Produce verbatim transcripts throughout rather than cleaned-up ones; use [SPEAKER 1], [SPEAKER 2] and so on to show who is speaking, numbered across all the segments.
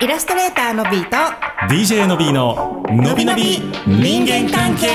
[SPEAKER 1] イラストレーターのビーと
[SPEAKER 2] ディージェー の B ののびのび人間関係。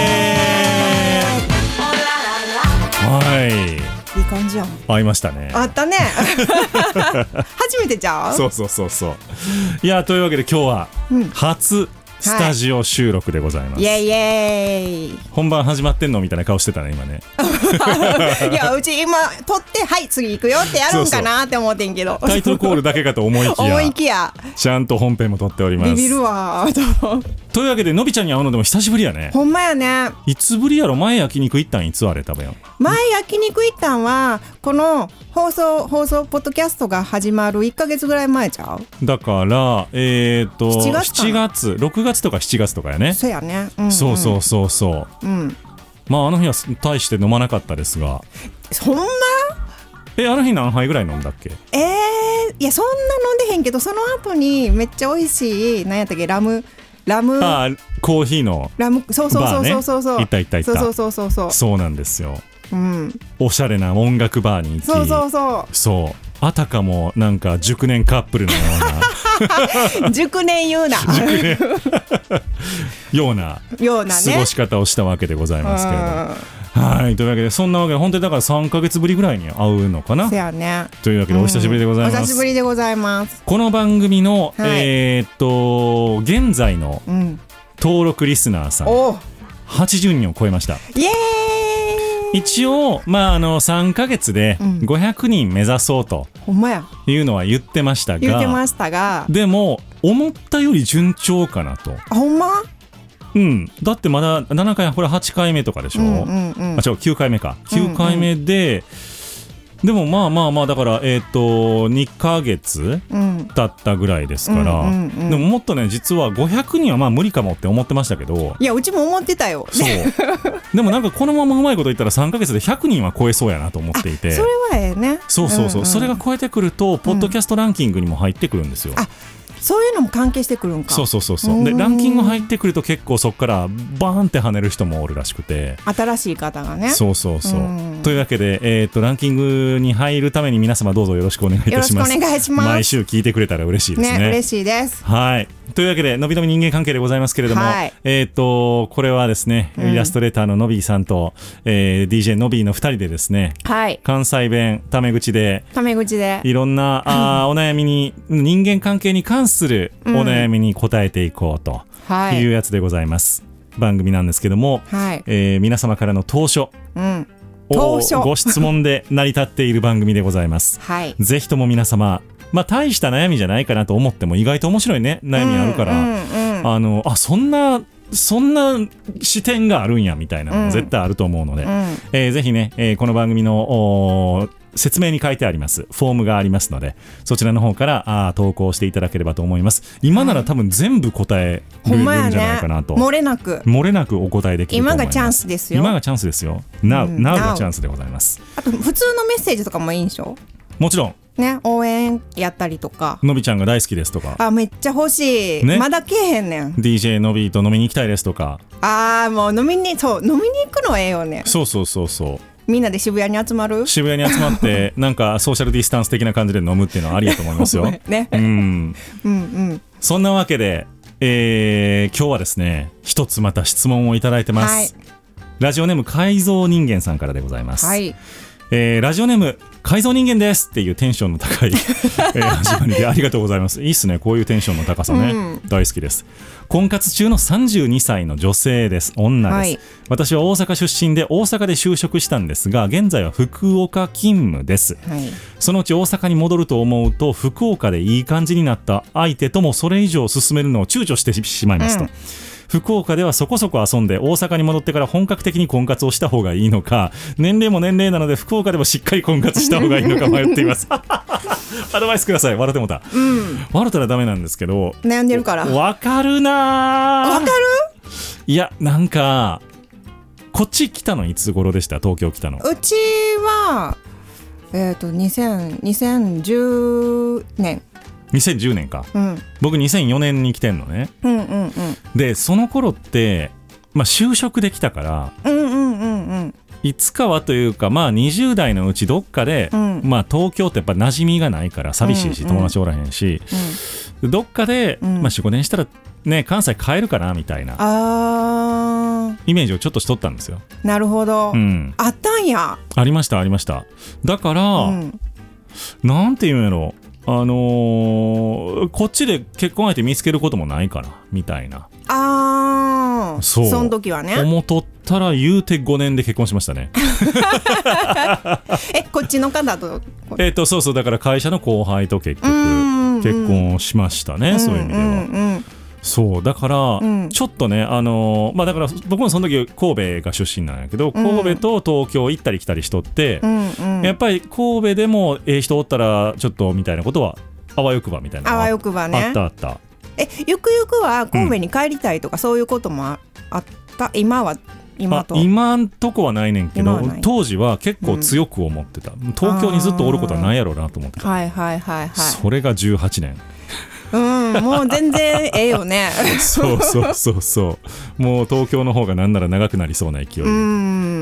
[SPEAKER 2] はい
[SPEAKER 1] いい感じやん。
[SPEAKER 2] 会いましたね。
[SPEAKER 1] あったね初めてじゃん。
[SPEAKER 2] そうそうそうそう。いやというわけで今日は初スタジオ収録でございます、
[SPEAKER 1] はい、イエイイエイ。
[SPEAKER 2] 本番始まってんのみたいな顔してたね今ね
[SPEAKER 1] いやうち今撮ってはい次行くよってやるんかなって思ってんけど、
[SPEAKER 2] タイトルコールだけかと思いきや
[SPEAKER 1] 思いきや
[SPEAKER 2] ちゃんと本編も撮っております。
[SPEAKER 1] ビビるわ
[SPEAKER 2] というわけでのびちゃんに会うのでも久しぶりやね。
[SPEAKER 1] ほんまやね。
[SPEAKER 2] いつぶりやろ。前焼肉行ったんいつあれ多分。
[SPEAKER 1] 前焼肉行ったんはこの放送放送ポッドキャストが始まるいっかげつぐらい前ちゃう。
[SPEAKER 2] だからえっ、ー、と
[SPEAKER 1] しちがつかな。
[SPEAKER 2] しちがつろくがつとかしちがつとかやね。
[SPEAKER 1] そうやね、うんうん、
[SPEAKER 2] そうそうそうそう、うん、まああの日は大して飲まなかったですが。
[SPEAKER 1] そんな
[SPEAKER 2] えあの日何杯ぐらい飲んだっけ。
[SPEAKER 1] えー、いやそんな飲んでへんけどその後にめっちゃ美味しい何やったっけラムラム
[SPEAKER 2] あコーヒーの
[SPEAKER 1] ラムそうそうそうそうそうそう、
[SPEAKER 2] ね、いったいったいった
[SPEAKER 1] そうそうそうそう
[SPEAKER 2] そうなんですよ、
[SPEAKER 1] うん、
[SPEAKER 2] おしゃれな音楽バーに行き
[SPEAKER 1] そうそうそう
[SPEAKER 2] そうあたかもなんか熟年カップルのような
[SPEAKER 1] 熟年言うな
[SPEAKER 2] 熟年ような
[SPEAKER 1] ような、ね、
[SPEAKER 2] 過ごし方をしたわけでございますけれども、はいというわけでそんなわけで本当にだからさんかげつぶりぐらいに会うのかな。
[SPEAKER 1] そうやね。
[SPEAKER 2] というわけでお久しぶりでございます、
[SPEAKER 1] うん、お久しぶりでございます。
[SPEAKER 2] この番組の、
[SPEAKER 1] はい、
[SPEAKER 2] えー、っと現在の登録リスナーさん、うん、はちじゅうにんを超えました。
[SPEAKER 1] イエーイ。
[SPEAKER 2] 一応、まあ、あのさんかげつでごひゃくにん目指そうというのは言ってましたが、
[SPEAKER 1] 言ってましたが
[SPEAKER 2] でも思ったより順調かなと。
[SPEAKER 1] あほんま。
[SPEAKER 2] うん、だってまだななかいほらはちかいめとかでしょ、うんうんうん、あ違うきゅうかいめかきゅうかいめで、うんうん、でもまあまあまあだからえっ、ー、とにかげつ経ったぐらいですから、うんうんうん、でももっとね実はごひゃくにんはまあ無理かもって思ってましたけど。
[SPEAKER 1] いやうちも思ってたよ。
[SPEAKER 2] そうでもなんかこのままうまいこと言ったらさんかげつでひゃくにんは超えそうやなと思っていて。
[SPEAKER 1] それはええね。
[SPEAKER 2] そうそうそう、うんうん、それが超えてくるとポッドキャストランキングにも入ってくるんですよ、うん、
[SPEAKER 1] あそういうのも関係してくるんか。
[SPEAKER 2] そうそうそうそう。でランキング入ってくると結構そこからバーンって跳ねる人もおるらしくて、
[SPEAKER 1] 新しい方がね。
[SPEAKER 2] そうそうそう。というわけで、えー、とランキングに入るために皆様どうぞよろしくお願いいたします。
[SPEAKER 1] よろしくお願いします。
[SPEAKER 2] 毎週聞いてくれたら嬉しいですね。
[SPEAKER 1] ね嬉しいです。
[SPEAKER 2] はい。というわけでのびのび人間関係でございますけれども、はい、えー、とこれはですね、うん、イラストレーターののびーさんと、えー、ディージェー のびーのふたりでですね、はい、関西弁タメ口で
[SPEAKER 1] タメ口で
[SPEAKER 2] いろんなあお悩みに人間関係に関するお悩みに答えていこうというやつでございます、はい、番組なんですけども、はいえー、皆様からの当初、うん当初ご質問で成り立っている番組でございます、はい、ぜひとも皆様まあ大した悩みじゃないかなと思っても意外と面白いね悩みあるから、うんうんうん、あのあそんなそんな視点があるんやみたいなのも絶対あると思うので、うんえー、ぜひね、えー、この番組の説明に書いてありますフォームがありますのでそちらの方からあ投稿していただければと思います。今なら多分全部答えるんじゃないかなと、
[SPEAKER 1] ね、漏れなく
[SPEAKER 2] 漏れなくお答えできると思います。
[SPEAKER 1] 今がチャンスですよ。
[SPEAKER 2] 今がチャンスですよ Now、うん、Now がチャンスでございます。
[SPEAKER 1] あと普通のメッセージとかもいいんでしょ。
[SPEAKER 2] もちろん
[SPEAKER 1] ね、応援やったりとか
[SPEAKER 2] のびちゃんが大好きですとか
[SPEAKER 1] あめっちゃ欲しい、ね、まだ来えへんねん
[SPEAKER 2] ディージェー のびと飲みに行きたいですとか
[SPEAKER 1] あーもう飲みにそう飲みに行くのええよね。
[SPEAKER 2] そうそうそうそう
[SPEAKER 1] みんなで渋谷に集まる
[SPEAKER 2] 渋谷に集まってなんかソーシャルディスタンス的な感じで飲むっていうのはありだと思いますよ、
[SPEAKER 1] ね
[SPEAKER 2] うん、
[SPEAKER 1] うんうん
[SPEAKER 2] そんなわけで、えー、今日はですね一つまた質問をいただいてます、はい、ラジオネーム改造人間さんからでございます、はいえー、ラジオネーム改造人間ですっていうテンションの高い、えー、始まりでありがとうございます。いいっすねこういうテンションの高さね、うん、大好きです。婚活中のさんじゅうにさいの女性です。女です、はい、私は大阪出身で大阪で就職したんですが現在は福岡勤務です、はい、そのうち大阪に戻ると思うと福岡でいい感じになった相手ともそれ以上進めるのを躊躇してしまいますと、うん福岡ではそこそこ遊んで大阪に戻ってから本格的に婚活をした方がいいのか年齢も年齢なので福岡でもしっかり婚活した方がいいのか迷っていますアドバイスください。笑ってもた、うん、笑ったらダメなんですけど
[SPEAKER 1] 悩んでるから
[SPEAKER 2] わかるな
[SPEAKER 1] わかる
[SPEAKER 2] いやなんかこっち来たのいつ頃でした。東京来たの
[SPEAKER 1] うちはえっとにせんじゅうねん
[SPEAKER 2] にせんじゅうねんか、うん、僕にせんよねんに来てんのね、うんうんうん、でその頃って、まあ、就職できたから、うんうんうんうん、いつかはというか、まあ、にじゅう代のうちどっかで、うんまあ、東京ってやっぱ馴染みがないから寂しいし、うんうん、友達おらへんし、うん、 どっかで、
[SPEAKER 1] うん
[SPEAKER 2] まあ、よん、ごねんしたらね関西帰るかなみたいな
[SPEAKER 1] あ
[SPEAKER 2] イメージをちょっとしとったんですよ。
[SPEAKER 1] ーなるほど、
[SPEAKER 2] うん、
[SPEAKER 1] あったんや。
[SPEAKER 2] ありましたありました。だから、
[SPEAKER 1] うん、
[SPEAKER 2] なんていうんやろ、あのー、こっちで結婚相手見つけることもないからみたいな。
[SPEAKER 1] ああ、
[SPEAKER 2] そう
[SPEAKER 1] その時はね。
[SPEAKER 2] 思っとったら言うてごねんで結婚しましたね。
[SPEAKER 1] え、こっちの方と
[SPEAKER 2] えっとそうそうだから会社の後輩と結局結婚をしましたね、そういう意味では、うんうん、そうだから、うん、ちょっとねあのー、まあだから僕もその時神戸が出身なんやけど、神戸と東京行ったり来たりしとって、うんうん、やっぱり神戸でもええ人おったらちょっとみたいなことはあわよくばみたいなのがあったあった。
[SPEAKER 1] え、ゆくゆくは神戸に帰りたいとか、うん、そういうことも あ, あった今は今と
[SPEAKER 2] 今んとこはないねんけど当時は結構強く思ってた、うん、東京にずっとおることはないやろうなと思ってた。
[SPEAKER 1] はいはいはいはい。
[SPEAKER 2] それがじゅうはちねん。
[SPEAKER 1] うん、もう全然ええよね。
[SPEAKER 2] そうそうそうそうもう東京の方がなんなら長くなりそうな勢い。うん、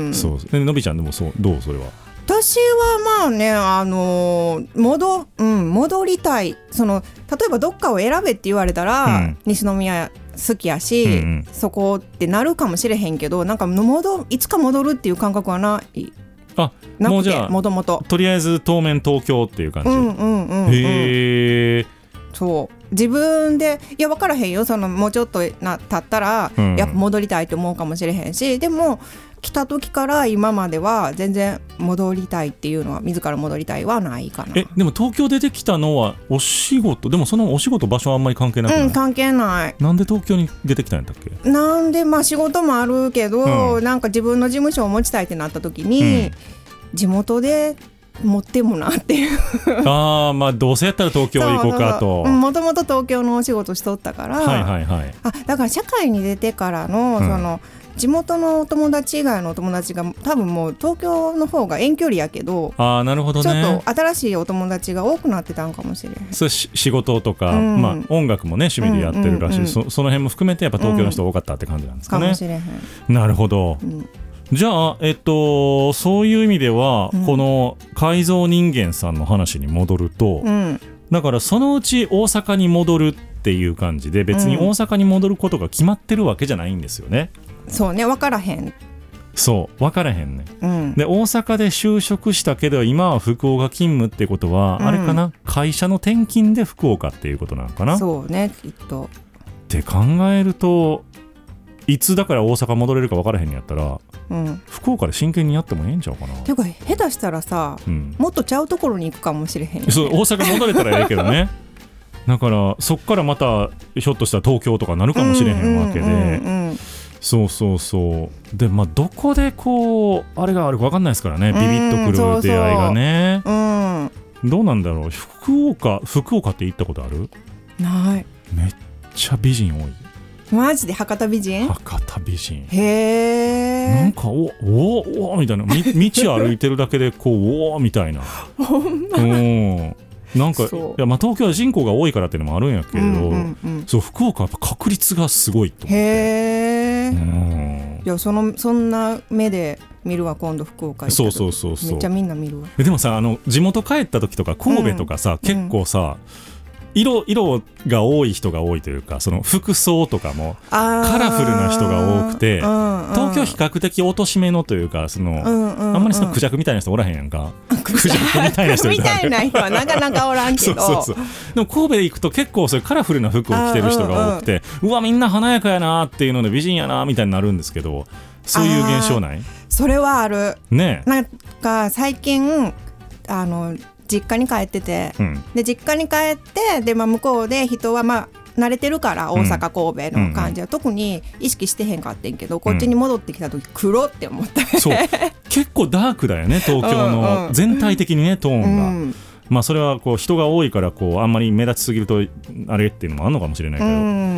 [SPEAKER 2] そうでのびちゃんでもそうどうそれは。
[SPEAKER 1] 私はまあね、あのー 戻, うん、戻りたい。その例えばどっかを選べって言われたら、うん、西宮好きやし、うんうん、そこってなるかもしれへんけど、なんか戻いつか戻るっていう感覚はない。
[SPEAKER 2] あ、
[SPEAKER 1] なくて
[SPEAKER 2] もうじゃあ
[SPEAKER 1] もともと
[SPEAKER 2] とりあえず当面東京っていう感じ。うんうんうんうん、へー。
[SPEAKER 1] そう自分でいや分からへんよ。そのもうちょっとな経ったら、うん、やっぱ戻りたいと思うかもしれへんし、でも来た時から今までは全然戻りたいっていうのは自ら戻りたいはないかな。
[SPEAKER 2] えでも東京出てきたのはお仕事でもそのお仕事場所はあんまり関係なくない？
[SPEAKER 1] うん関係ない。
[SPEAKER 2] なんで東京に出てきたんだっけ？
[SPEAKER 1] なんでまあ仕事もあるけど、うん、なんか自分の事務所を持ちたいってなった時に、うん、地元で持ってもなっていう
[SPEAKER 2] ああまあどうせやったら東京行こうかと。
[SPEAKER 1] もともと東京のお仕事しとったから、
[SPEAKER 2] はいはいはい、
[SPEAKER 1] あだから社会に出てからの、うん、その地元のお友達以外のお友達が多分もう東京の方が遠距離やけど、
[SPEAKER 2] あーなるほどね、
[SPEAKER 1] ちょっと新しいお友達が多くなってたんかもしれない。
[SPEAKER 2] それ仕事とか、うんまあ、音楽もね趣味でやってるらしい、うんうんうん、そ, その辺も含めてやっぱ東京の人多かったって感じなんですかね、うん、かもしれへん。なるほど、うん、じゃあ、えっと、そういう意味では、うん、この改造人間さんの話に戻ると、うん、だからそのうち大阪に戻るっていう感じで別に大阪に戻ることが決まってるわけじゃないんですよね、
[SPEAKER 1] うん、そうね分からへん。
[SPEAKER 2] そう分からへんね、うん、で大阪で就職したけど今は福岡勤務ってことは、うん、あれかな会社の転勤で福岡っていうことなのかな。
[SPEAKER 1] そうねきっと
[SPEAKER 2] って考えるといつだから大阪戻れるか分からへんのやったら、うん、福岡で真剣にやってもええんちゃうかな。
[SPEAKER 1] ていうか下手したらさ、うん、もっとちゃうところに行くかもしれへんよね。
[SPEAKER 2] そう大阪戻れたらええけどねだからそっからまたひょっとしたら東京とかなるかもしれへんわけで、うんうんうんうん、そうそうそうで、まあ、どこでこうあれがあるか分かんないですからね、ビビッとくる出会いがね、うんそうそう、うん、どうなんだろう。福岡福岡って行ったことある？
[SPEAKER 1] ない。
[SPEAKER 2] めっちゃ美人多い。
[SPEAKER 1] マジで博多美人？
[SPEAKER 2] 博多美人。
[SPEAKER 1] へー。
[SPEAKER 2] なんかおおおみたいな道歩いてるだけでこうおみたいな
[SPEAKER 1] ほんま
[SPEAKER 2] うんなんかいや、まあ、東京は人口が多いからっていうのもあるんやけれど、うんうんうん、そう福岡はやっぱ確率がすごいと思って。
[SPEAKER 1] へー、うん、いや そ, のそんな目で見るわ今度福岡行った時。
[SPEAKER 2] そうそうそうそうめ
[SPEAKER 1] っちゃみんな見るわ。
[SPEAKER 2] でもさあの地元帰った時とか神戸とかさ、うん、結構さ、うん色, 色が多い人が多いというかその服装とかもカラフルな人が多くて、うんうん、東京比較的おとしめのというかその、うんうんうん、あんまりそのクジャクみたいな人おらへんやんか。クジャクみたいな人みたいな人はなかなかおらんけどそうそうそう。でも神戸で行くと結構そういうカラフルな服を着てる人が多くて、うんうん、うわみんな華やかやなっていうので美人やなみたいになるんですけど、そういう現象ない？
[SPEAKER 1] それはある
[SPEAKER 2] ね。
[SPEAKER 1] なんか最近あの実家に帰ってて、うん、で実家に帰ってで、まあ、向こうで人はまあ慣れてるから大阪、うん、神戸の感じは特に意識してへんかってんけど、こっちに戻ってきた時黒って思った、うん、
[SPEAKER 2] そう結構ダークだよね東京の全体的にねトーンが、うん、まあそれはこう人が多いからこうあんまり目立ちすぎるとあれっていうのもあるのかもしれないけど、うん、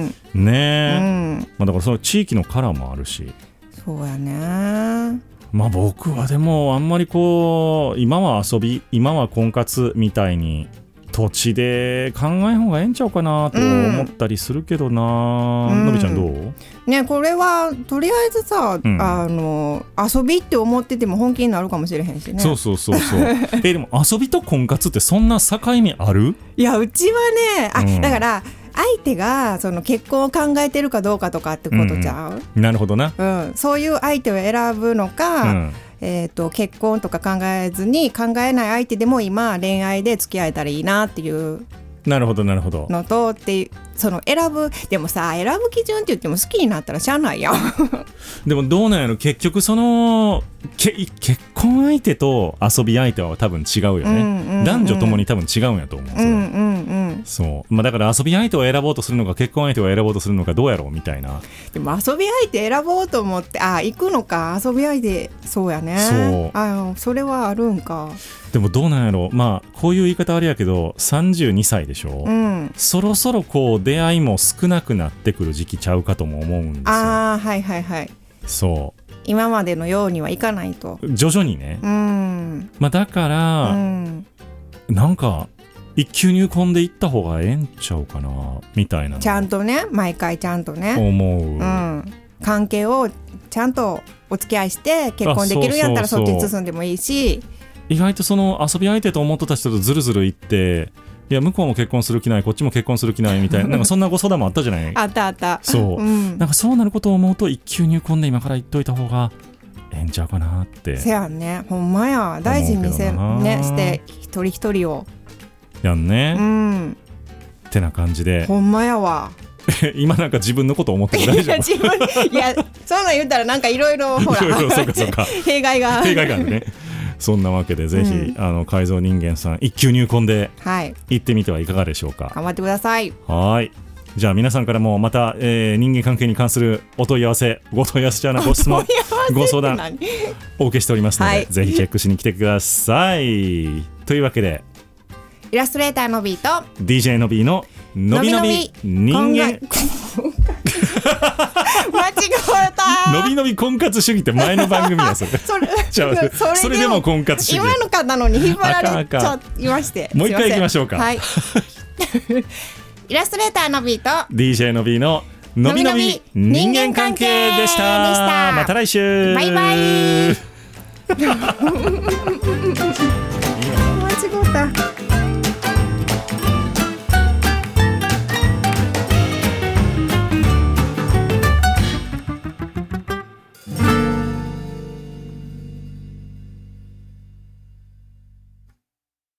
[SPEAKER 2] ねえ、うんまあ、だからその地域のカラーもあるし。
[SPEAKER 1] そうやね。
[SPEAKER 2] まあ僕はでもあんまりこう今は遊び今は婚活みたいに土地で考えん方がええんちゃうかなと思ったりするけどな、うん、のびちゃんどう？
[SPEAKER 1] ねこれはとりあえずさ、うん、あの遊びって思ってても本気になるかもしれへんしね。
[SPEAKER 2] そうそうそうそうえでも遊びと婚活ってそんな境目ある？
[SPEAKER 1] いやうちはねあ、うん、だから相手がその結婚を考えてるかどうかとかってことちゃう、
[SPEAKER 2] うん、なるほどな、
[SPEAKER 1] うん、そういう相手を選ぶのか、うんえー、と結婚とか考えずに考えない相手でも今恋愛で付き合えたらいいなっていう
[SPEAKER 2] なるほどなるほど
[SPEAKER 1] のとってその選ぶでもさ選ぶ基準って言っても好きになったらしゃあないやん
[SPEAKER 2] でもどうなんやろ結局そのけ結婚相手と遊び相手は多分違うよね、うんうんうん、男女ともに多分違うんやと思う、それ、うんうんうん、そう、まあ、だから遊び相手を選ぼうとするのか結婚相手を選ぼうとするのかどうやろうみたいな。
[SPEAKER 1] でも遊び相手選ぼうと思ってあ行くのか遊び相手そうやねそうあそれはあるんか。
[SPEAKER 2] でもどうなんやろまあこういう言い方あれやけどさんじゅうにさいでしょ、うん、そろそろこう出会いも少なくなってくる時期ちゃうかとも思うんですよ。
[SPEAKER 1] あーはいはいはい
[SPEAKER 2] そう
[SPEAKER 1] 今までのようにはいかないと
[SPEAKER 2] 徐々にね、うんまあ、だから、うん、なんか一級入魂で行った方がええんちゃうかなみたいな
[SPEAKER 1] ちゃんとね毎回ちゃんとね
[SPEAKER 2] 思う、うん、
[SPEAKER 1] 関係をちゃんとお付き合いして結婚できるんやったらそっちに進んでもいいし
[SPEAKER 2] 意外とその遊び相手と思ってた人とズルズル行っていや向こうも結婚する気ないこっちも結婚する気ないみたいななんかそんなご相談もあったじゃない
[SPEAKER 1] あったあった
[SPEAKER 2] そう、うん、なんかそうなることを思うと一級入魂で今から言っといた方がええんちゃうかなって
[SPEAKER 1] せやんねほんまや大事にせ、ね、して一人一人を
[SPEAKER 2] やんね、うん、ってな感じで
[SPEAKER 1] ほんまやわ
[SPEAKER 2] 今なんか自分のこと思っても大丈夫
[SPEAKER 1] 自分いやそんなん言ったらなんかいろいろほら
[SPEAKER 2] そうかそうか
[SPEAKER 1] 弊害が
[SPEAKER 2] 弊害があるねそんなわけでぜひ、うん、あの改造人間さん一級入魂で行ってみてはいかがでしょうか、はい、
[SPEAKER 1] 頑張ってください。
[SPEAKER 2] はいじゃあ皆さんからもまた、えー、人間関係に関するお問い合わせご問い合わせじゃなご質問ご相談お受けしておりますので、はい、ぜひチェックしに来てくださいというわけで
[SPEAKER 1] イラストレーターのビーと
[SPEAKER 2] ディージェー のビーののびのび人間間違
[SPEAKER 1] えた
[SPEAKER 2] のびのび婚活主義って前の番組やそれそれそれでもそれでも婚活主義
[SPEAKER 1] 今の方のに引っ張られちゃいまして
[SPEAKER 2] もう一回いきましょうか、はい、
[SPEAKER 1] イラストレーターのビーと
[SPEAKER 2] ディージェー のビーののびのび人間関係でした。また来週
[SPEAKER 1] バイバイ間違えた